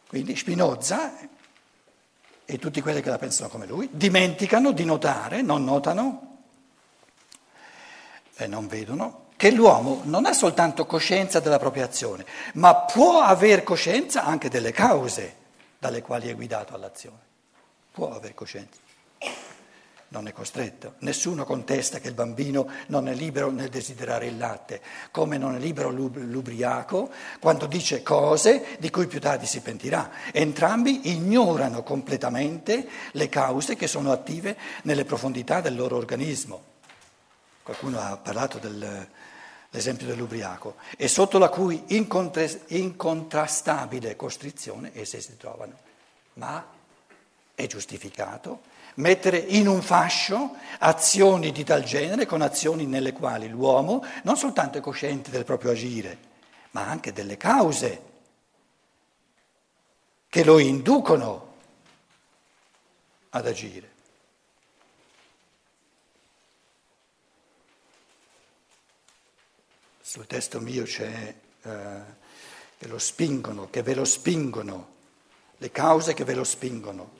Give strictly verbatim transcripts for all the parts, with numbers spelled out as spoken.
Quindi Spinoza e tutti quelli che la pensano come lui dimenticano di notare, non notano e non vedono che l'uomo non ha soltanto coscienza della propria azione, ma può aver coscienza anche delle cause dalle quali è guidato all'azione. Può aver coscienza. Non è costretto. Nessuno contesta che il bambino non è libero nel desiderare il latte, come non è libero l'ubriaco quando dice cose di cui più tardi si pentirà. Entrambi ignorano completamente le cause che sono attive nelle profondità del loro organismo. Qualcuno ha parlato dell'esempio dell'ubriaco, e sotto la cui incontrastabile costrizione esse si trovano. Ma è giustificato mettere in un fascio azioni di tal genere con azioni nelle quali l'uomo non soltanto è cosciente del proprio agire, ma anche delle cause che lo inducono ad agire. Sul testo mio c'è eh, che lo spingono, che ve lo spingono, le cause che ve lo spingono.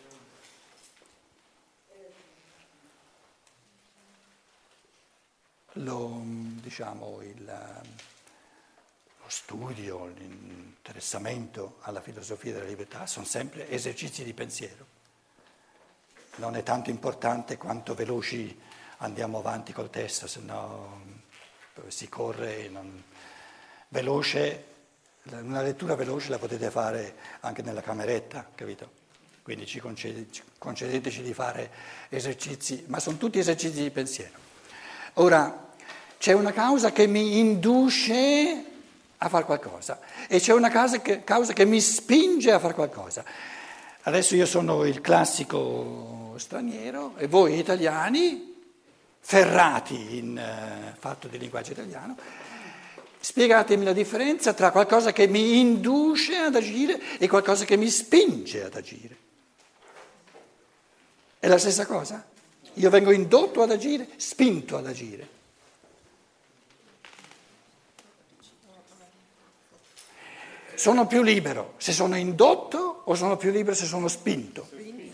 Lo, diciamo, il, lo studio, l'interessamento alla filosofia della libertà sono sempre esercizi di pensiero. Non è tanto importante quanto veloci andiamo avanti col testo, se no si corre e non... Veloce, una lettura veloce la potete fare anche nella cameretta, capito? Quindi ci concedeteci di fare esercizi, ma sono tutti esercizi di pensiero. Ora, c'è una causa che mi induce a fare qualcosa e c'è una causa che, causa che mi spinge a fare qualcosa. Adesso io sono il classico straniero e voi italiani, ferrati in uh, fatto di linguaggio italiano, spiegatemi la differenza tra qualcosa che mi induce ad agire e qualcosa che mi spinge ad agire. È la stessa cosa? Io vengo indotto ad agire, spinto ad agire. Sono più libero se sono indotto o sono più libero se sono spinto?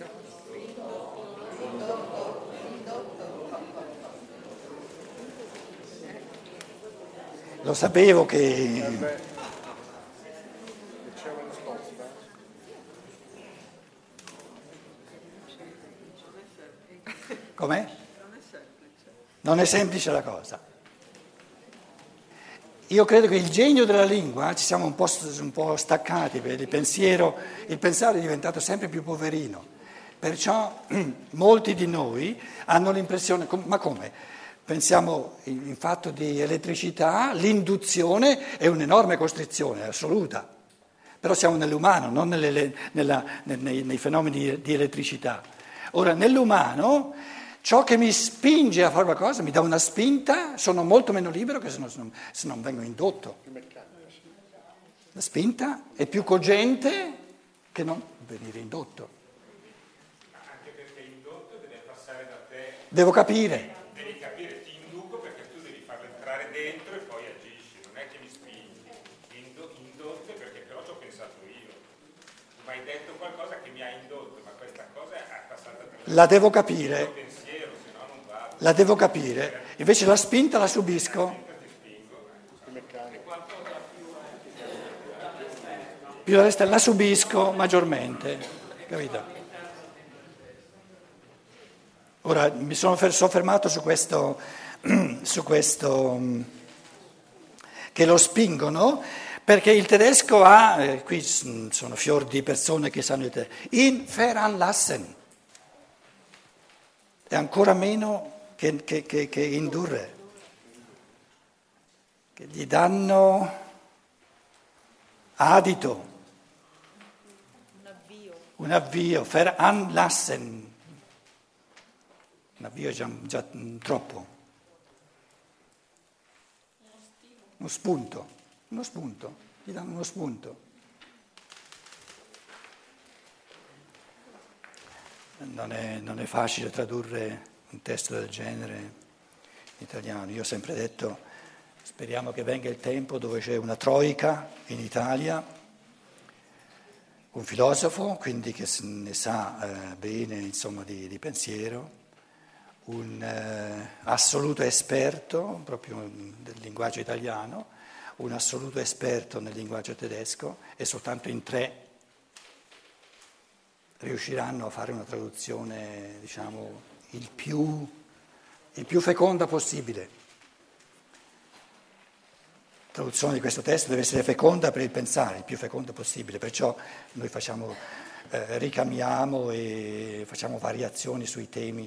Lo sapevo che... Com'è? Non è semplice la cosa. Io credo che il genio della lingua, ci siamo un po', un po' staccati, perché il pensiero, il pensare è diventato sempre più poverino. Perciò molti di noi hanno l'impressione, ma come? Pensiamo in fatto di elettricità, l'induzione è un'enorme costrizione, assoluta. Però siamo nell'umano, non nelle, nella, nei, nei fenomeni di elettricità. Ora, nell'umano, ciò che mi spinge a fare qualcosa, mi dà una spinta, sono molto meno libero che se non, se non vengo indotto. La spinta è più cogente che non venire indotto. Anche perché indotto deve passare da te. Devo capire. Devi capire, ti induco perché tu devi farlo entrare dentro e poi agisci, non è che mi spingi. Indo, indotto perché però ci ho pensato io. Tu mi hai detto qualcosa che mi ha indotto, ma questa cosa è passata per La devo capire. pensiero, se no non vado. La devo capire. Invece la spinta la subisco. Più la resta la subisco maggiormente, capito? Ora mi sono soffermato su questo, su questo che lo spingono, perché il tedesco ha, eh, qui sono fior di persone che sanno il tedesco, in veranlassen, è ancora meno che, che, che, che indurre, che gli danno adito. Un avvio, veranlassen, un avvio è già, già troppo, uno spunto, uno spunto, gli danno uno spunto. Non è, non è facile tradurre un testo del genere in italiano. Io ho sempre detto, speriamo che venga il tempo dove c'è una troika in Italia, un filosofo, quindi che ne sa eh, bene, insomma, di, di pensiero, un eh, assoluto esperto proprio del linguaggio italiano, un assoluto esperto nel linguaggio tedesco, e soltanto in tre riusciranno a fare una traduzione, diciamo, il più, il più feconda possibile. La traduzione di questo testo deve essere feconda per il pensare, il più feconda possibile, perciò noi facciamo, eh, ricamiamo e facciamo variazioni sui temi.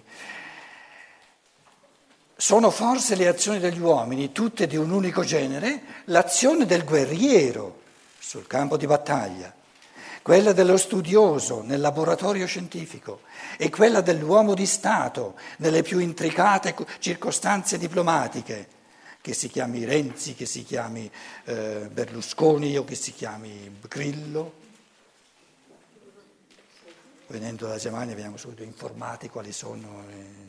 Sono forse le azioni degli uomini, tutte di un unico genere, l'azione del guerriero sul campo di battaglia, quella dello studioso nel laboratorio scientifico e quella dell'uomo di Stato nelle più intricate circostanze diplomatiche, che si chiami Renzi, che si chiami eh, Berlusconi o che si chiami Grillo. Venendo dalla Germania veniamo subito informati quali sono. Eh.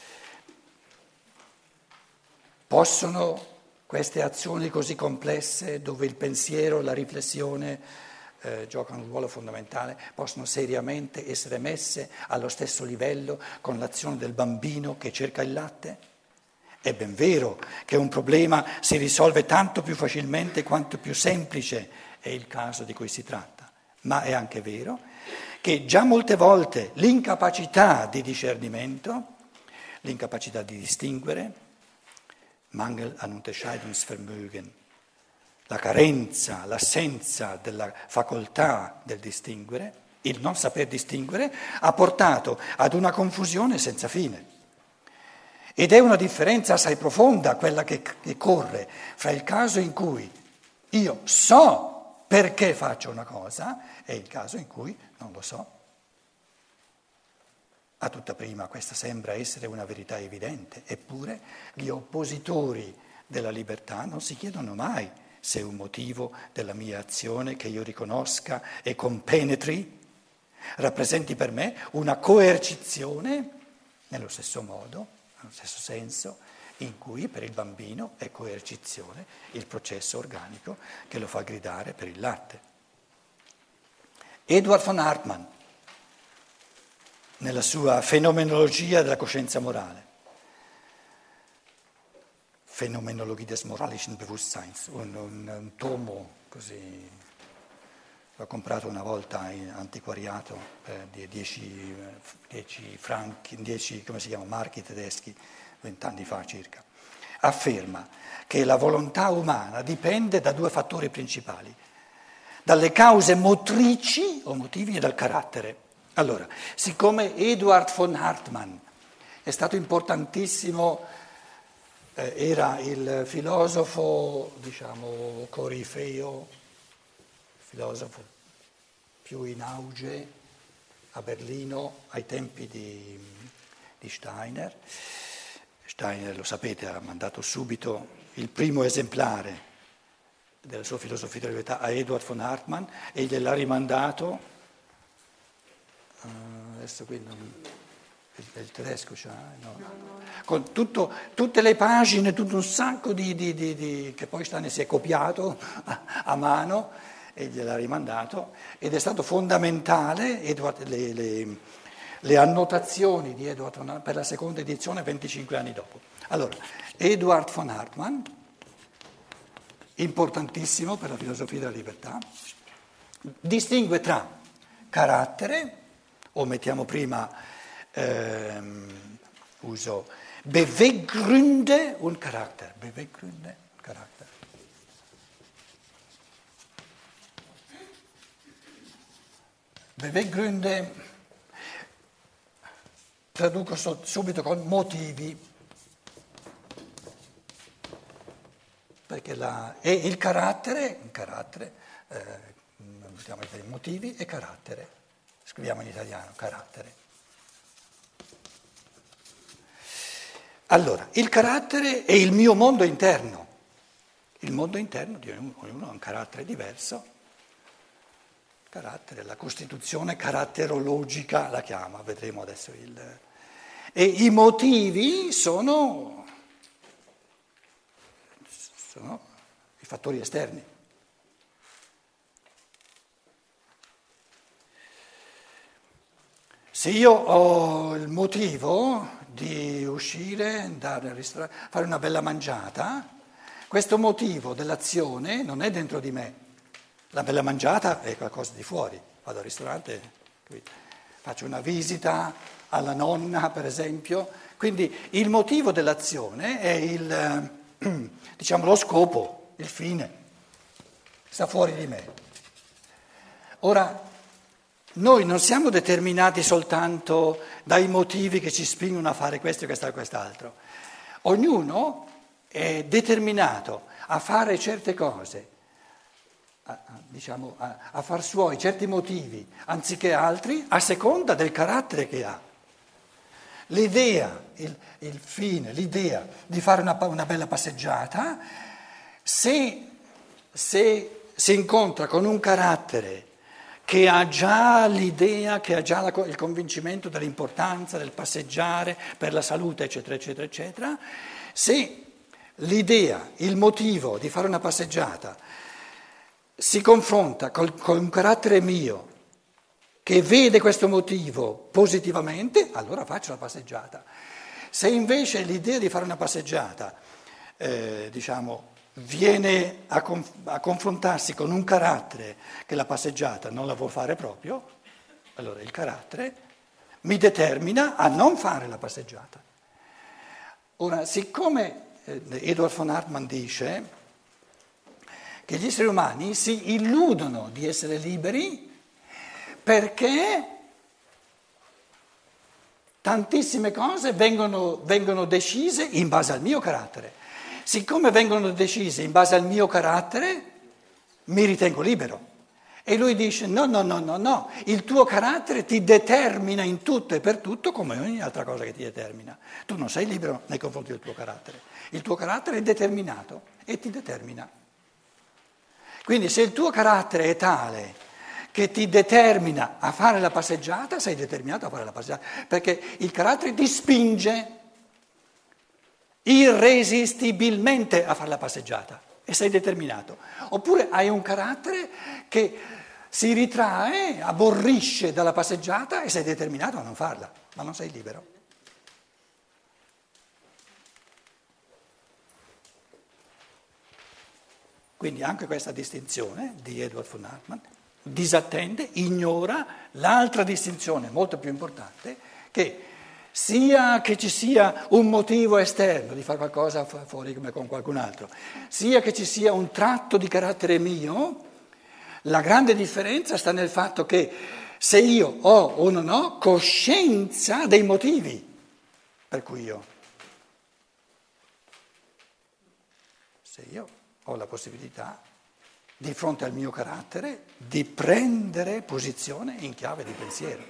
Possono queste azioni così complesse, dove il pensiero, la riflessione eh, giocano un ruolo fondamentale, possono seriamente essere messe allo stesso livello con l'azione del bambino che cerca il latte? È ben vero che un problema si risolve tanto più facilmente quanto più semplice è il caso di cui si tratta, ma è anche vero che già molte volte l'incapacità di discernimento, l'incapacità di distinguere, Mangel an Unterscheidungsvermögen, la carenza, l'assenza della facoltà del distinguere, il non saper distinguere, ha portato ad una confusione senza fine. Ed è una differenza assai profonda quella che, che corre fra il caso in cui io so perché faccio una cosa e il caso in cui non lo so. A tutta prima questa sembra essere una verità evidente, eppure gli oppositori della libertà non si chiedono mai se un motivo della mia azione che io riconosca e compenetri rappresenti per me una coercizione nello stesso modo, nello stesso senso in cui per il bambino è coercizione il processo organico che lo fa gridare per il latte. Eduard von Hartmann, nella sua fenomenologia della coscienza morale, Phänomenologie des moralischen Bewusstseins, un, un, un tomo così, l'ho comprato una volta in antiquariato per dieci franchi, dieci come si chiama, marchi tedeschi, vent'anni fa circa, afferma che la volontà umana dipende da due fattori principali, dalle cause motrici o motivi e dal carattere. Allora, siccome Eduard von Hartmann è stato importantissimo, eh, era il filosofo, diciamo, corifeo, filosofo più in auge a Berlino ai tempi di, di Steiner. Steiner, lo sapete, ha mandato subito il primo esemplare della sua filosofia della libertà a Eduard von Hartmann e gliel'ha rimandato. Uh, adesso qui non, il, il tedesco c'ha, no. Con tutto, tutte le pagine, tutto un sacco di, di, di, di che poi Steiner si è copiato a, a mano e gliel'ha rimandato, ed è stato fondamentale Edward, le, le, le annotazioni di Eduard von Hartmann per la seconda edizione venticinque anni dopo. Allora, Eduard von Hartmann, importantissimo per la filosofia della libertà, distingue tra carattere, o mettiamo prima, ehm, uso Beweggründe und Charakter. Beweggründe und Charakter. Beweggründe traduco subito con motivi, perché la, e il carattere, il carattere eh, mettiamo i motivi e carattere. Scriviamo in italiano, carattere. Allora, il carattere è il mio mondo interno. Il mondo interno di ognuno ha un carattere diverso. Il carattere, la costituzione caratterologica la chiama, vedremo adesso il... E i motivi sono, sono i fattori esterni. Se io ho il motivo di uscire, andare al ristorante, fare una bella mangiata, questo motivo dell'azione non è dentro di me. La bella mangiata è qualcosa di fuori. Vado al ristorante, faccio una visita alla nonna, per esempio. Quindi il motivo dell'azione è il, diciamo, lo scopo, il fine. Sta fuori di me. Ora, noi non siamo determinati soltanto dai motivi che ci spingono a fare questo e quest'altro e quest'altro. Ognuno è determinato a fare certe cose, a, a, diciamo, a, a far suoi certi motivi anziché altri, a seconda del carattere che ha. L'idea, il, il fine, l'idea di fare una, una bella passeggiata, se, se si incontra con un carattere che ha già l'idea, che ha già la, il convincimento dell'importanza del passeggiare per la salute, eccetera, eccetera, eccetera, se l'idea, il motivo di fare una passeggiata si confronta col, con un carattere mio che vede questo motivo positivamente, allora faccio la passeggiata. Se invece l'idea di fare una passeggiata, eh, diciamo, viene a, conf- a confrontarsi con un carattere che la passeggiata non la vuol fare proprio, allora il carattere mi determina a non fare la passeggiata. Ora, siccome eh, Edward von Hartmann dice che gli esseri umani si illudono di essere liberi perché tantissime cose vengono, vengono decise in base al mio carattere. Siccome vengono decise in base al mio carattere, mi ritengo libero. E lui dice no, no, no, no, no, il tuo carattere ti determina in tutto e per tutto come ogni altra cosa che ti determina. Tu non sei libero nei confronti del tuo carattere. Il tuo carattere è determinato e ti determina. Quindi se il tuo carattere è tale che ti determina a fare la passeggiata, sei determinato a fare la passeggiata, perché il carattere ti spinge irresistibilmente a fare la passeggiata e sei determinato. Oppure hai un carattere che si ritrae, aborrisce dalla passeggiata e sei determinato a non farla, ma non sei libero. Quindi anche questa distinzione di Edward von Hartmann disattende, ignora l'altra distinzione molto più importante, che sia che ci sia un motivo esterno di fare qualcosa fuori come con qualcun altro, sia che ci sia un tratto di carattere mio, la grande differenza sta nel fatto che se io ho o non ho coscienza dei motivi per cui io, se io ho la possibilità di fronte al mio carattere di prendere posizione in chiave di pensiero.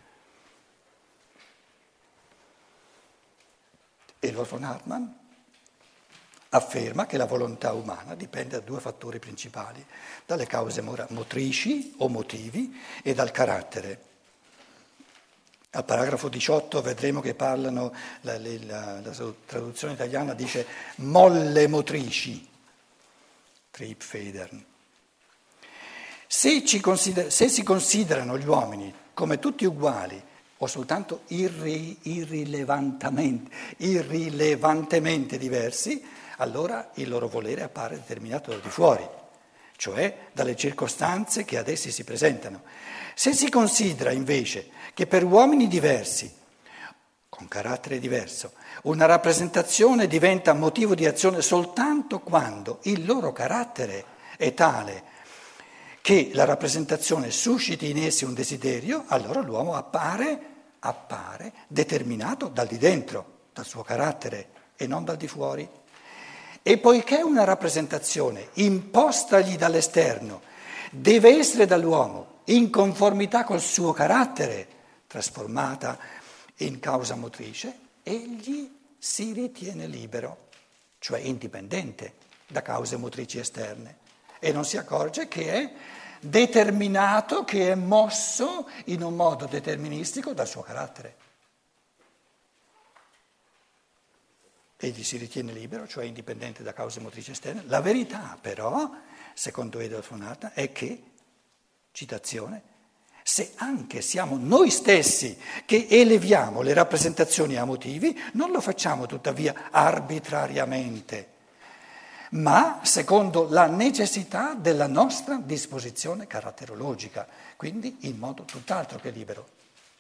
Edward von Hartmann afferma che la volontà umana dipende da due fattori principali, dalle cause motrici o motivi e dal carattere. Al paragrafo diciotto vedremo che parlano, la, la, la traduzione italiana dice molle motrici, Triebfedern. Se, ci consider- se si considerano gli uomini come tutti uguali o soltanto irri- irrilevantemente, irrilevantemente diversi, allora il loro volere appare determinato da di fuori, cioè dalle circostanze che ad essi si presentano. Se si considera invece che per uomini diversi, con carattere diverso, una rappresentazione diventa motivo di azione soltanto quando il loro carattere è tale che la rappresentazione susciti in essi un desiderio, allora l'uomo appare, appare determinato dal di dentro, dal suo carattere e non dal di fuori. E poiché una rappresentazione impostagli dall'esterno deve essere dall'uomo in conformità col suo carattere, trasformata in causa motrice, egli si ritiene libero, cioè indipendente da cause motrici esterne, e non si accorge che è determinato, che è mosso in un modo deterministico dal suo carattere. Egli si ritiene libero, cioè indipendente da cause motrici esterne. La verità però, secondo Edward von Hartmann, è che, citazione, se anche siamo noi stessi che eleviamo le rappresentazioni a motivi, non lo facciamo tuttavia arbitrariamente, ma secondo la necessità della nostra disposizione caratterologica, quindi in modo tutt'altro che libero.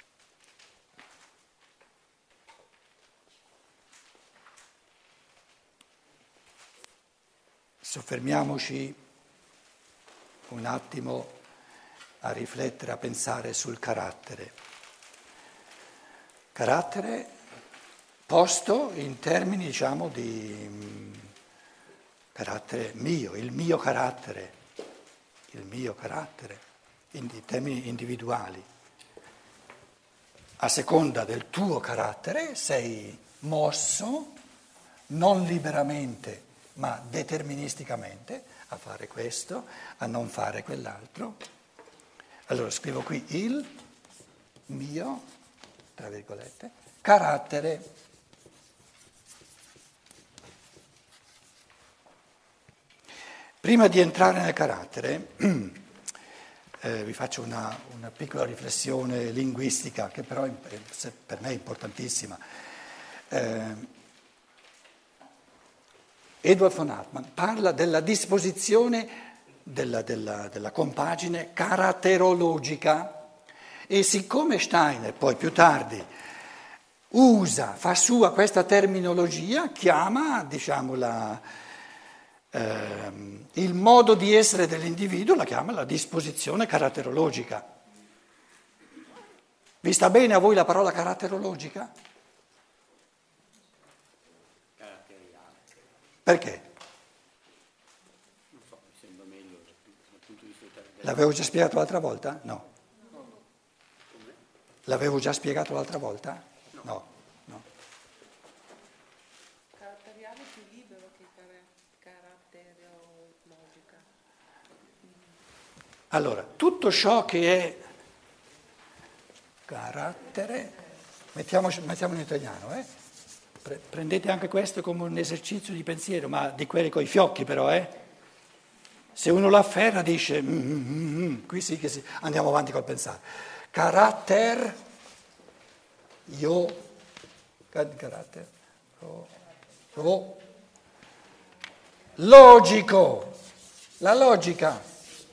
Soffermiamoci un attimo a riflettere, a pensare sul carattere. Carattere posto in termini, diciamo, di carattere mio, il mio carattere, il mio carattere, in termini individuali. A seconda del tuo carattere sei mosso non liberamente, ma deterministicamente a fare questo, a non fare quell'altro. Allora scrivo qui il mio, tra virgolette, carattere. Prima di entrare nel carattere, eh, vi faccio una, una piccola riflessione linguistica che però è, per me è importantissima. Eh, Edward von Hartmann parla della disposizione della, della, della compagine caratterologica e siccome Steiner poi più tardi usa, fa sua questa terminologia, chiama, diciamo, la, ehm, il modo di essere dell'individuo, la chiama la disposizione caratterologica. Vi sta bene a voi la parola caratterologica? Perché? Non so, mi sembra meglio dal punto di vista. L'avevo già spiegato l'altra volta? No. L'avevo già spiegato l'altra volta? No, no. Caratteriale è più libero che caratterologica. Allora, tutto ciò che è carattere, mettiamo, mettiamo in italiano, eh? Prendete anche questo come un esercizio di pensiero, ma di quelli coi fiocchi però, eh? Se uno lo afferra dice, mm, mm, mm, qui sì che sì, andiamo avanti col pensare. Carattere, io, carattere, ro, ro, logico, la logica.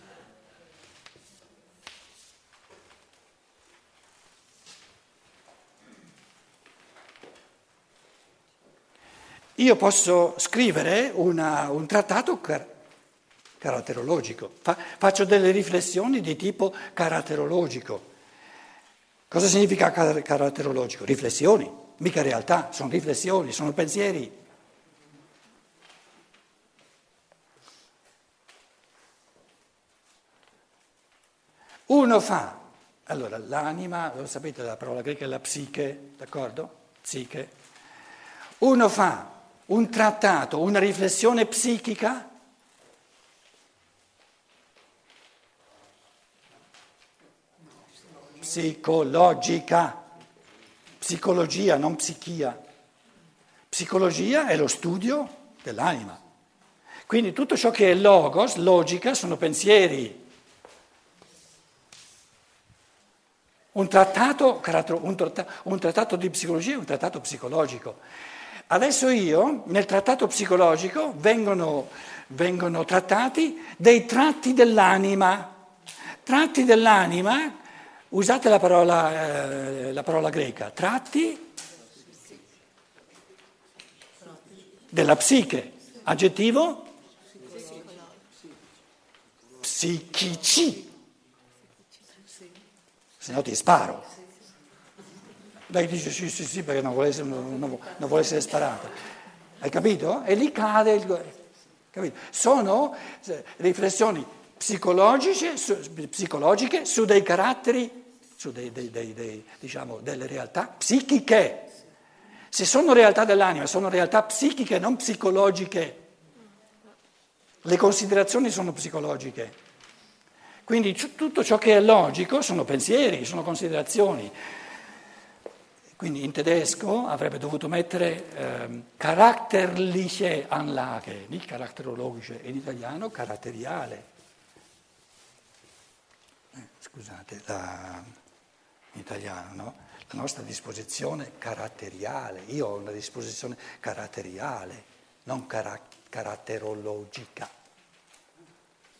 Io posso scrivere una, un trattato car- caratterologico, Fa, faccio delle riflessioni di tipo caratterologico. Cosa significa car- caratterologico? Riflessioni, mica realtà, sono riflessioni, sono pensieri. Uno fa, allora l'anima, lo sapete la parola greca è la psiche, d'accordo? Psiche. Uno fa un trattato, una riflessione psichica, psicologica, psicologia, non psichia. Psicologia è lo studio dell'anima. Quindi tutto ciò che è logos, logica, sono pensieri. Un trattato, un trattato, un trattato di psicologia è un trattato psicologico. Adesso io, nel trattato psicologico, vengono, vengono trattati dei tratti dell'anima. Tratti dell'anima, usate la parola, eh, la parola greca, tratti della psiche. Aggettivo? Psichici. Se no ti sparo. Lei dice sì, sì, sì, perché non vuole essere, non, non vuole essere sparata. Hai capito? E lì cade il... Capito? Sono riflessioni psicologiche su, psicologiche su dei caratteri, su dei, dei, dei, dei, diciamo, delle realtà psichiche. Se sono realtà dell'anima, sono realtà psichiche, non psicologiche. Le considerazioni sono psicologiche. Quindi tutto ciò che è logico sono pensieri, sono considerazioni. Quindi in tedesco avrebbe dovuto mettere ehm, charakterliche Anlage, nicht charakterologische, in italiano caratteriale. scusate, la, in italiano, no? La nostra disposizione caratteriale, io ho una disposizione caratteriale, non cara- caratterologica.